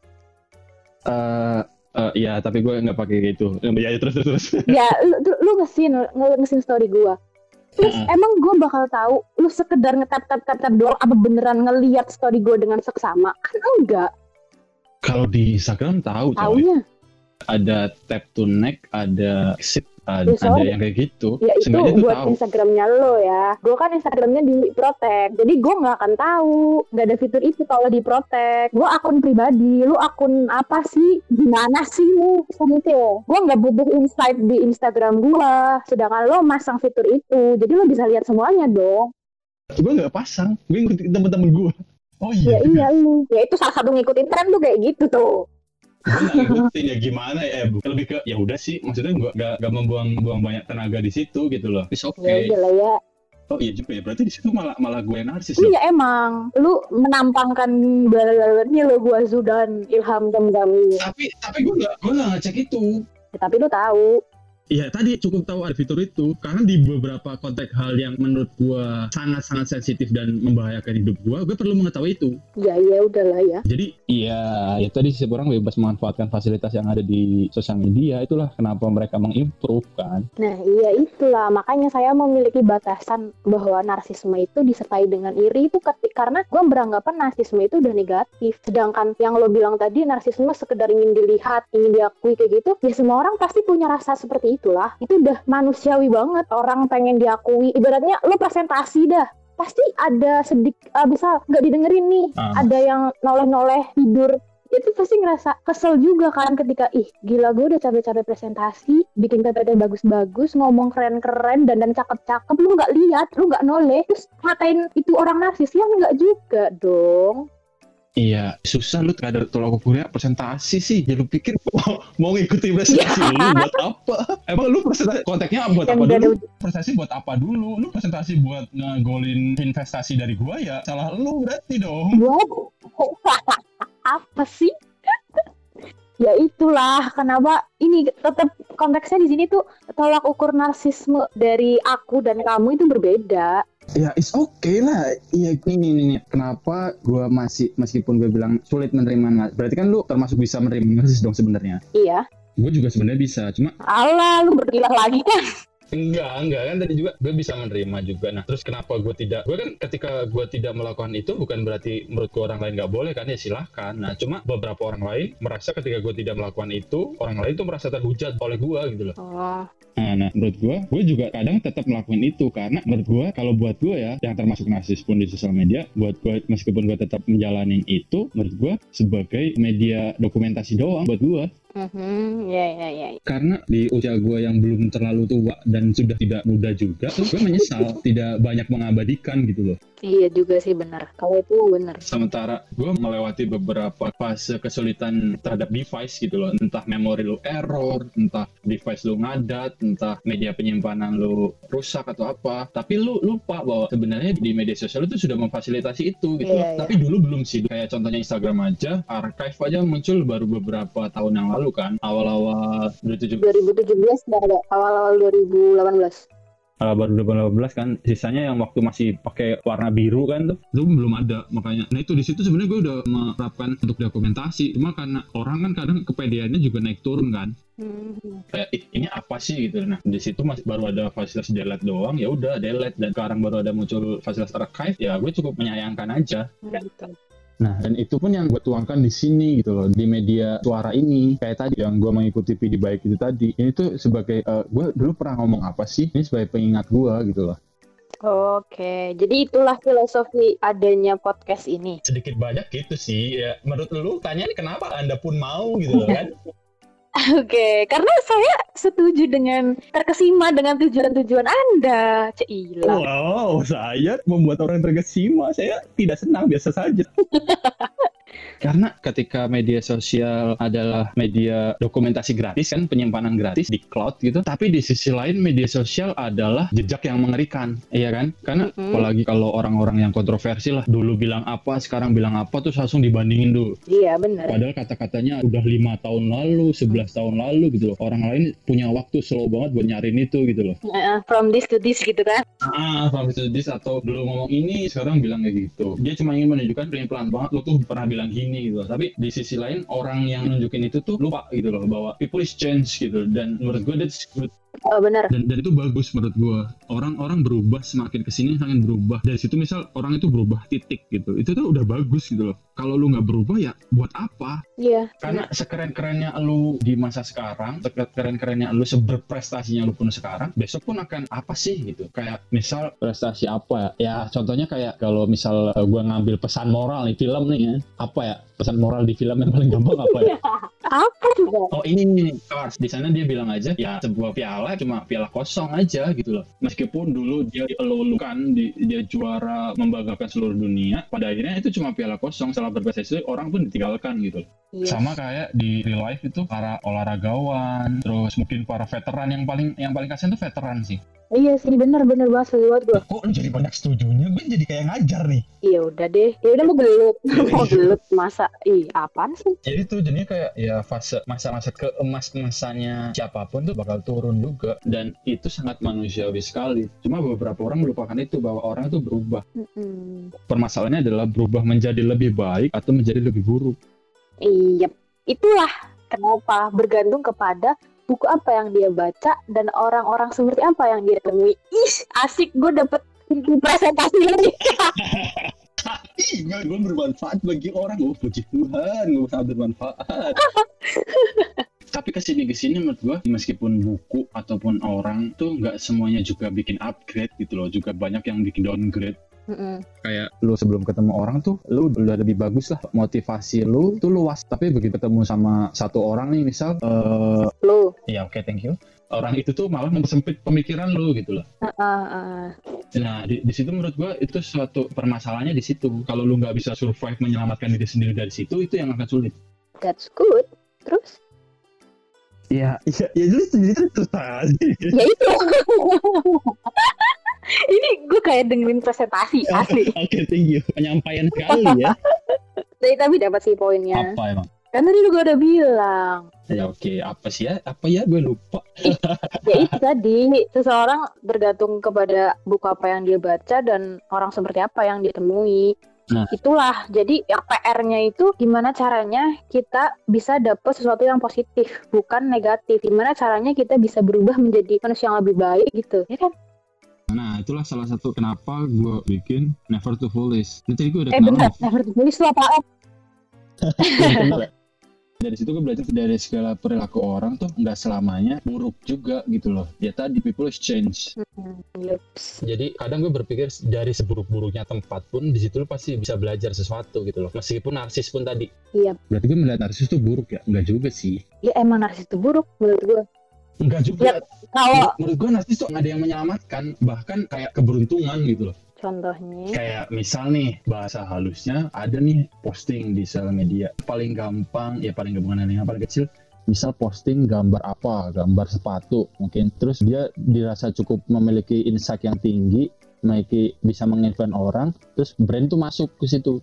Iya, tapi gue nggak pakai gitu. Ya terus. Ya, lu nge-scene story gue. Terus emang gue bakal tahu lu sekedar nge-tap doang apa beneran ngelihat story gue dengan seksama? Kan enggak. Kalau di Instagram tahu. Taunya. Ada tap to neck, ada sip, ada yang kayak gitu. Ya itu buat tahu. Instagramnya lo ya. Gue kan Instagramnya di protect, jadi gue nggak akan tahu. Nggak ada fitur itu kalau di protect. Gue akun pribadi, lu akun apa sih? Gimana sih lu? Gitu ya. Gue nggak butuh insight di Instagram gue. Sedangkan lo masang fitur itu, jadi lo bisa lihat semuanya dong. Gue nggak pasang, gue ngikutin temen-temen gue. Oh iya. Iya lu. Ya itu salah satu ngikutin tren tuh kayak gitu tuh. Ngikutin ya gimana ya, lebih ke ya udah sih, maksudnya gak membuang banyak tenaga di situ gitu loh. It's okay. Ya udah lah ya. Oh iya juga ya, berarti di situ malah gue narsis. Iya emang, lu menampangkan ini lo gue Zudan Ilham Damdam. Tapi gue nggak ngecek itu. Ya, tapi lu tahu. Iya, tadi cukup tahu ada fitur itu karena di beberapa konteks hal yang menurut gua sangat-sangat sensitif dan membahayakan hidup gua perlu mengetahui itu. Ya udahlah ya. Jadi ya tadi setiap orang bebas memanfaatkan fasilitas yang ada di sosial media, itulah kenapa mereka mengimprove kan. Nah iya itulah makanya saya memiliki batasan bahwa narsisme itu disertai dengan iri itu karena gua beranggapan narsisme itu udah negatif. Sedangkan yang lo bilang tadi narsisme sekedar ingin dilihat, ingin diakui kayak gitu, ya semua orang pasti punya rasa seperti itulah, itu udah manusiawi banget orang pengen diakui. Ibaratnya lo presentasi dah, pasti ada bisa nggak didengerin nih, ada yang noleh-noleh tidur, itu pasti ngerasa kesel juga kan ketika gila gue udah capek-capek presentasi, bikin PPT bagus-bagus, ngomong keren-keren dan cakep-cakep, lu nggak lihat, lu nggak noleh, terus ngatain itu orang narsis, ya nggak juga dong. Iya, susah lu kadar tolak ukurnya presentasi sih. Ya lu pikir mau ngikutin presentasi lu buat apa? Emang lu presentasi konteksnya buat apa dulu? Presentasi buat apa dulu? Lu presentasi buat ngegolin investasi dari gua ya? Salah lu berarti dong. Apa sih? Ya itulah kenapa ini tetap konteksnya di sini tuh tolak ukur narsisme dari aku dan kamu itu berbeda. Ya, it's okay lah. Iya, ini. Kenapa gue meskipun gue bilang sulit menerima, berarti kan lu termasuk bisa menerima narsis dong sebenarnya. Iya. Gue juga sebenarnya bisa, cuma. Alah, lu berkilah lagi kan? Enggak kan tadi juga gue bisa menerima juga. Nah terus kenapa gue tidak? Gue kan ketika gue tidak melakukan itu bukan berarti menurut gue orang lain nggak boleh kan, ya silahkan. Nah cuma beberapa orang lain merasa ketika gue tidak melakukan itu, orang lain tuh merasa terhujat oleh gue gitu loh. Nah menurut gue juga kadang tetap melakukan itu karena menurut gue kalau buat gue ya yang termasuk narsis pun di sosial media, buat gue meskipun gue tetap menjalani itu, menurut gue sebagai media dokumentasi doang buat gue. Ya. Karena di usia gue yang belum terlalu tua dan sudah tidak muda juga, gue menyesal tidak banyak mengabadikan gitu loh. Iya juga sih benar. Kalau itu benar. Sementara gue melewati beberapa fase kesulitan terhadap device gitu loh. Entah memori lu error, entah device lu ngadat, entah media penyimpanan lu rusak atau apa. Tapi lu lupa bahwa sebenarnya di media sosial itu sudah memfasilitasi itu gitu loh. Tapi dulu belum sih. Kayak contohnya Instagram aja, archive aja muncul baru beberapa tahun yang lalu kan. Awal-awal 2017 ada. Awal-awal 2018. Baru 2018 kan, sisanya yang waktu masih pakai warna biru kan tuh itu belum ada. Makanya nah itu di situ sebenarnya gue udah menerapkan untuk dokumentasi, cuma karena orang kan kadang kepedeannya juga naik turun kan. Kayak ini apa sih gitu. Nah di situ masih baru ada fasilitas delete doang, ya udah delete, dan sekarang baru ada muncul fasilitas archive, ya gue cukup menyayangkan aja. Nah, dan itu pun yang gue tuangkan di sini gitu loh, di media suara ini. Kayak tadi yang gue mengikuti video baik itu tadi. Ini tuh sebagai, gue dulu pernah ngomong apa sih? Ini sebagai pengingat gue gitu loh. Oke, jadi itulah filosofi adanya podcast ini. Sedikit banyak gitu sih. Ya, menurut lu tanya kenapa Anda pun mau gitu loh kan? Oke, karena saya setuju dengan terkesima dengan tujuan-tujuan Anda. Cila. Wow, saya membuat orang terkesima. Saya tidak senang, biasa saja. Karena ketika media sosial adalah media dokumentasi gratis kan, penyimpanan gratis di cloud gitu, tapi di sisi lain media sosial adalah jejak yang mengerikan, iya kan? Karena apalagi kalau orang-orang yang kontroversi lah, dulu bilang apa, sekarang bilang apa, terus langsung dibandingin dulu. Iya benar. Padahal kata-katanya udah 5 tahun lalu, 11 tahun lalu gitu loh. Orang lain punya waktu slow banget buat nyariin itu gitu loh. From this to this gitu kan? From this to this, atau dulu ngomong ini, sekarang bilang kayak gitu. Dia cuma ingin menunjukkan pelan banget, lo tuh pernah bilang gini gitu. Tapi di sisi lain orang yang nunjukin itu tuh lupa gitu loh bahwa people is change gitu, dan menurut gue that's good. Oh benar. Dan itu bagus menurut gue. Orang berubah semakin kesini semakin berubah. Dari situ misal orang itu berubah titik gitu, itu tuh udah bagus gitu loh. Kalau lu nggak berubah ya buat apa? Iya. Karena sekeren-kerennya lu di masa sekarang, sekeren-kerennya lu, seberprestasinya lu pun sekarang, besok pun akan apa sih gitu. Kayak misal prestasi apa ya? Ya contohnya kayak kalau misal gue ngambil pesan moral nih film nih ya, apa ya pesan moral di film yang paling gampang apa ya? Apa juga? Oh ini Cars. Di sana dia bilang aja ya sebuah piala cuma piala kosong aja gitu loh. Meskipun dulu dia dilulukan, dia juara membanggakan seluruh dunia, pada akhirnya itu cuma piala kosong. Setelah berprestasi orang pun ditinggalkan gitu loh. Yes. Sama kayak di real life itu para olahragawan, terus mungkin para veteran yang paling kasihan tuh veteran sih. Iya sih, bener banget, setuju banget gue. Kok lu jadi banyak setujunya? Gue jadi kayak ngajar nih. Iya udah deh, ya udah mau gelut, mau gelut masa, apaan sih? Jadi tuh jadinya kayak ya fase masa-masa keemas-emasannya siapapun tuh bakal turun juga, dan itu sangat manusiawi sekali. Cuma beberapa orang melupakan itu, bahwa orang itu berubah. Permasalahannya adalah berubah menjadi lebih baik atau menjadi lebih buruk. Iya, itulah kenapa bergantung kepada buku apa yang dia baca dan orang-orang seperti apa yang dia temui. Asik, gue dapet presentasi lagi. Gue bermanfaat bagi orang. Oh puji Tuhan, gue sangat bermanfaat. Tapi kesini menurut gue, meskipun buku ataupun orang tuh nggak semuanya juga bikin upgrade gitu loh, juga banyak yang bikin downgrade. Kayak lu sebelum ketemu orang tuh lu udah lebih bagus lah, motivasi lu tuh luas, tapi begitu ketemu sama satu orang nih misal lu ya oke, thank you, orang itu tuh malah mempersempit pemikiran lu gitu loh. Nah di situ menurut gua itu suatu permasalahannya di situ. Kalau lu nggak bisa survive menyelamatkan diri sendiri dari situ, itu yang akan sulit. That's good. Terus ya lu sendiri kan susah ya itu. Ini gue kayak dengerin presentasi asli. Oke, thank you, penyampaian sekali ya. Tapi dapat sih poinnya. Apa emang? Kan tadi gue udah bilang. Ya oke, apa ya gue lupa. Ya itu tadi, seseorang bergantung kepada buku apa yang dia baca dan orang seperti apa yang dia temui. Nah, itulah. Jadi PR-nya itu gimana caranya kita bisa dapat sesuatu yang positif, bukan negatif. Gimana caranya kita bisa berubah menjadi manusia yang lebih baik gitu, ya kan? Nah, itulah salah satu kenapa gue bikin Never to Foolish. Nanti gue udah bener, Never to Foolish itu apaan? Dari situ gue belajar dari segala perilaku orang tuh nggak selamanya buruk juga gitu loh. Ya tadi, people is change. Jadi kadang gue berpikir dari seburuk-buruknya tempat pun di situ lo pasti bisa belajar sesuatu gitu loh. Meskipun narsis pun tadi. Iya. Berarti gue melihat narsis tuh buruk ya? Enggak juga sih. Ya emang narsis itu buruk menurut gue. Enggak juga. Ya, kalau menurut gue narsis tuh nggak ada yang menyelamatkan, bahkan kayak keberuntungan gitu loh. Contohnya kayak misal nih, bahasa halusnya ada nih posting di sosial media paling gampang yang paling kecil, misal posting gambar sepatu mungkin, terus dia dirasa cukup memiliki insight yang tinggi, bisa menginfluence orang, terus brand tuh masuk ke situ.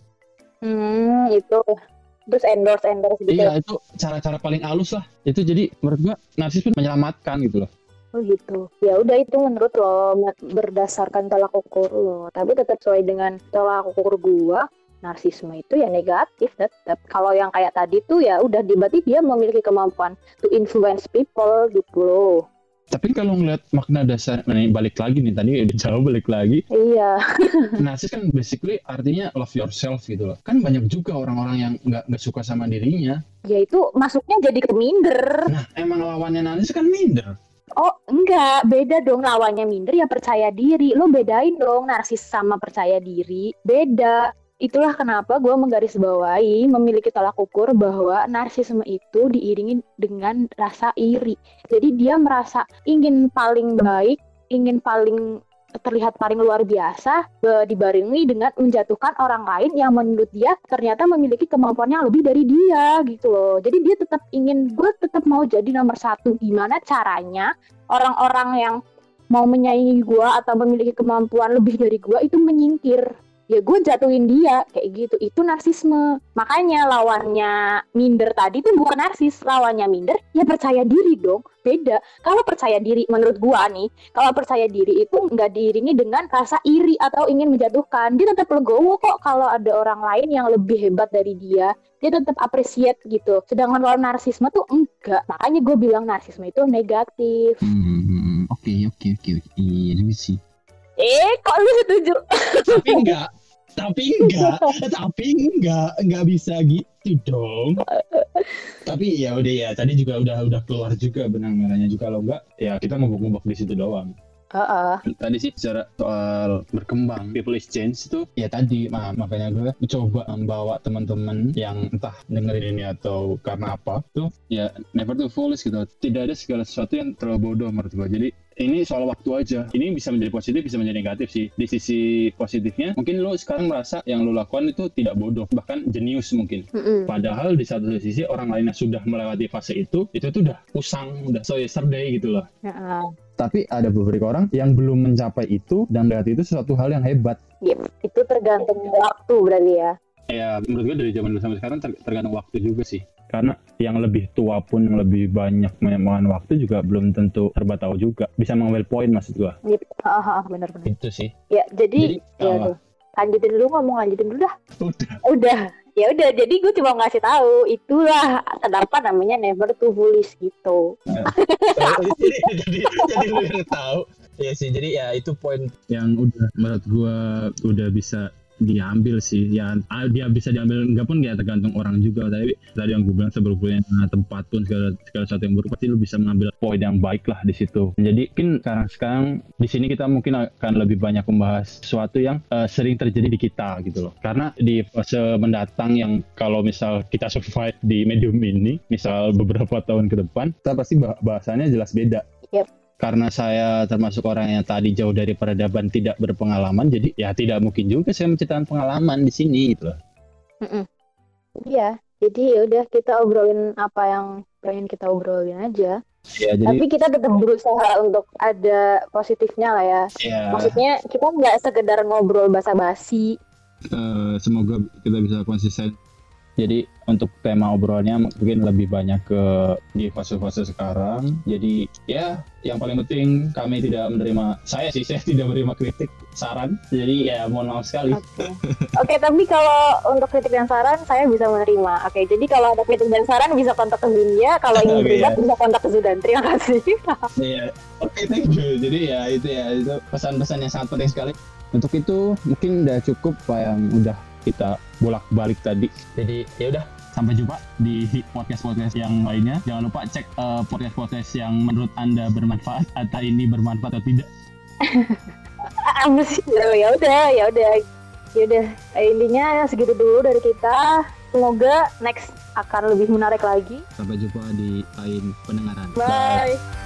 Itu terus endorse gitu. Iya, itu cara-cara paling halus lah. Itu jadi menurut gua narsis pun menyelamatkan gitu loh. Oh gitu. Ya udah, itu menurut lo, berdasarkan tolak ukur lo. Tapi tetap sesuai dengan tolak ukur gua, narsisme itu ya negatif tetap. Kalau yang kayak tadi tuh ya udah, berarti dia memiliki kemampuan to influence people gitu loh. Tapi kalau ngeliat makna dasar, balik lagi nih, tadi udah jauh balik lagi. Iya. Narsis kan basically artinya love yourself gitu loh. Kan banyak juga orang-orang yang nggak suka sama dirinya. Ya itu masuknya jadi ke minder. Nah, emang lawannya narsis kan minder. Oh enggak, beda dong. Lawannya minder ya percaya diri. Lo bedain dong narsis sama percaya diri. Beda. Itulah kenapa gue menggarisbawahi memiliki tolak ukur bahwa narsisme itu diiringi dengan rasa iri. Jadi dia merasa ingin paling baik, ingin paling terlihat paling luar biasa, dibarengi dengan menjatuhkan orang lain yang menurut dia ternyata memiliki kemampuan yang lebih dari dia gitu loh. Jadi dia tetap ingin, gue tetap mau jadi nomor satu. Gimana caranya orang-orang yang mau menyaingi gue atau memiliki kemampuan lebih dari gue itu menyingkir? Ya gue jatuhin dia kayak gitu. Itu narsisme. Makanya lawannya minder tadi tuh bukan narsis. Lawannya minder ya percaya diri dong. Beda. Kalau percaya diri menurut gue nih, kalau percaya diri itu nggak diiringi dengan rasa iri atau ingin menjatuhkan. Dia tetap legowo kok kalau ada orang lain yang lebih hebat dari dia. Dia tetap appreciate gitu. Sedangkan kalau narsisme tuh enggak. Makanya gue bilang narsisme itu negatif. Oke. Iya juga sih. Kok lu setuju? Tapi enggak bisa gitu dong. Tapi ya udah ya, tadi juga udah keluar juga benang merahnya juga. Kalau enggak ya kita ngubuk-ngubuk di situ doang. Tadi sih secara soal berkembang, people is change itu ya tadi, makanya gue coba membawa teman-teman yang entah dengerin ini atau karena apa tuh ya, never to foolish gitu. Tidak ada segala sesuatu yang terlalu bodoh menurut gue. Jadi ini soal waktu aja. Ini bisa menjadi positif, bisa menjadi negatif sih. Di sisi positifnya, mungkin lo sekarang merasa yang lo lakukan itu tidak bodoh, bahkan jenius mungkin. Padahal di satu sisi orang lain yang sudah melewati fase itu tuh udah usang, udah so yesterday gitu loh. Tapi ada beberapa orang yang belum mencapai itu dan berarti itu sesuatu hal yang hebat. Yep, itu tergantung waktu berarti ya. Ya, menurut gue dari zaman dulu sampai sekarang tergantung waktu juga sih. Karena yang lebih tua pun yang lebih banyak memakan waktu juga belum tentu serba tahu juga. Bisa mengambil poin maksud gue. Yep, benar-benar. Itu sih. Ya, jadi ya tuh. Lanjutin dulu dah. Udah. Ya udah, jadi gue cuma ngasih tahu itulah kenapa namanya never too foolish gitu. jadi lu yang tahu. Ya sih, jadi ya itu poin yang udah menurut gue udah bisa diambil sih. Ya dia bisa diambil enggak pun ya tergantung orang juga. Tapi tadi yang gue bilang sebelumnya tempat pun segala sesuatu yang buruk pasti lu bisa mengambil poin yang baik lah di situ. Jadi mungkin sekarang di sini kita mungkin akan lebih banyak membahas sesuatu yang sering terjadi di kita gitu loh. Karena di fase mendatang yang kalau misal kita survive di medium ini, misal beberapa tahun ke depan, kita pasti bahasannya jelas beda. Yep. Karena saya termasuk orang yang tadi jauh dari peradaban, tidak berpengalaman, jadi ya tidak mungkin juga saya menceritakan pengalaman di sini gitu loh. Iya, jadi ya udah kita obrolin apa yang pengen kita obrolin aja. Ya, jadi, tapi kita tetap berusaha untuk ada positifnya lah ya. Maksudnya kita nggak sekedar ngobrol basa-basi. Semoga kita bisa konsisten. Jadi untuk tema obrolannya mungkin lebih banyak ke di fase-fase sekarang. Jadi ya yang paling penting saya tidak menerima kritik, saran. Jadi ya mohon maaf sekali. Oke, tapi kalau untuk kritik dan saran saya bisa menerima. Oke, jadi kalau ada kritik dan saran bisa kontak ke Zindia. Kalau ingin berdebat bisa kontak ke Zudan. Terima kasih. Iya. Oke, thank you. Jadi itu pesan-pesan yang sangat penting sekali. Untuk itu mungkin udah cukup Pak yang udah kita bolak-balik tadi. Jadi ya udah, sampai jumpa di podcast yang lainnya. Jangan lupa cek podcast yang menurut Anda bermanfaat atau ini bermanfaat atau tidak. Ya udah. Intinya segitu dulu dari kita. Semoga next akan lebih menarik lagi. Sampai jumpa di lain pendengaran. Bye.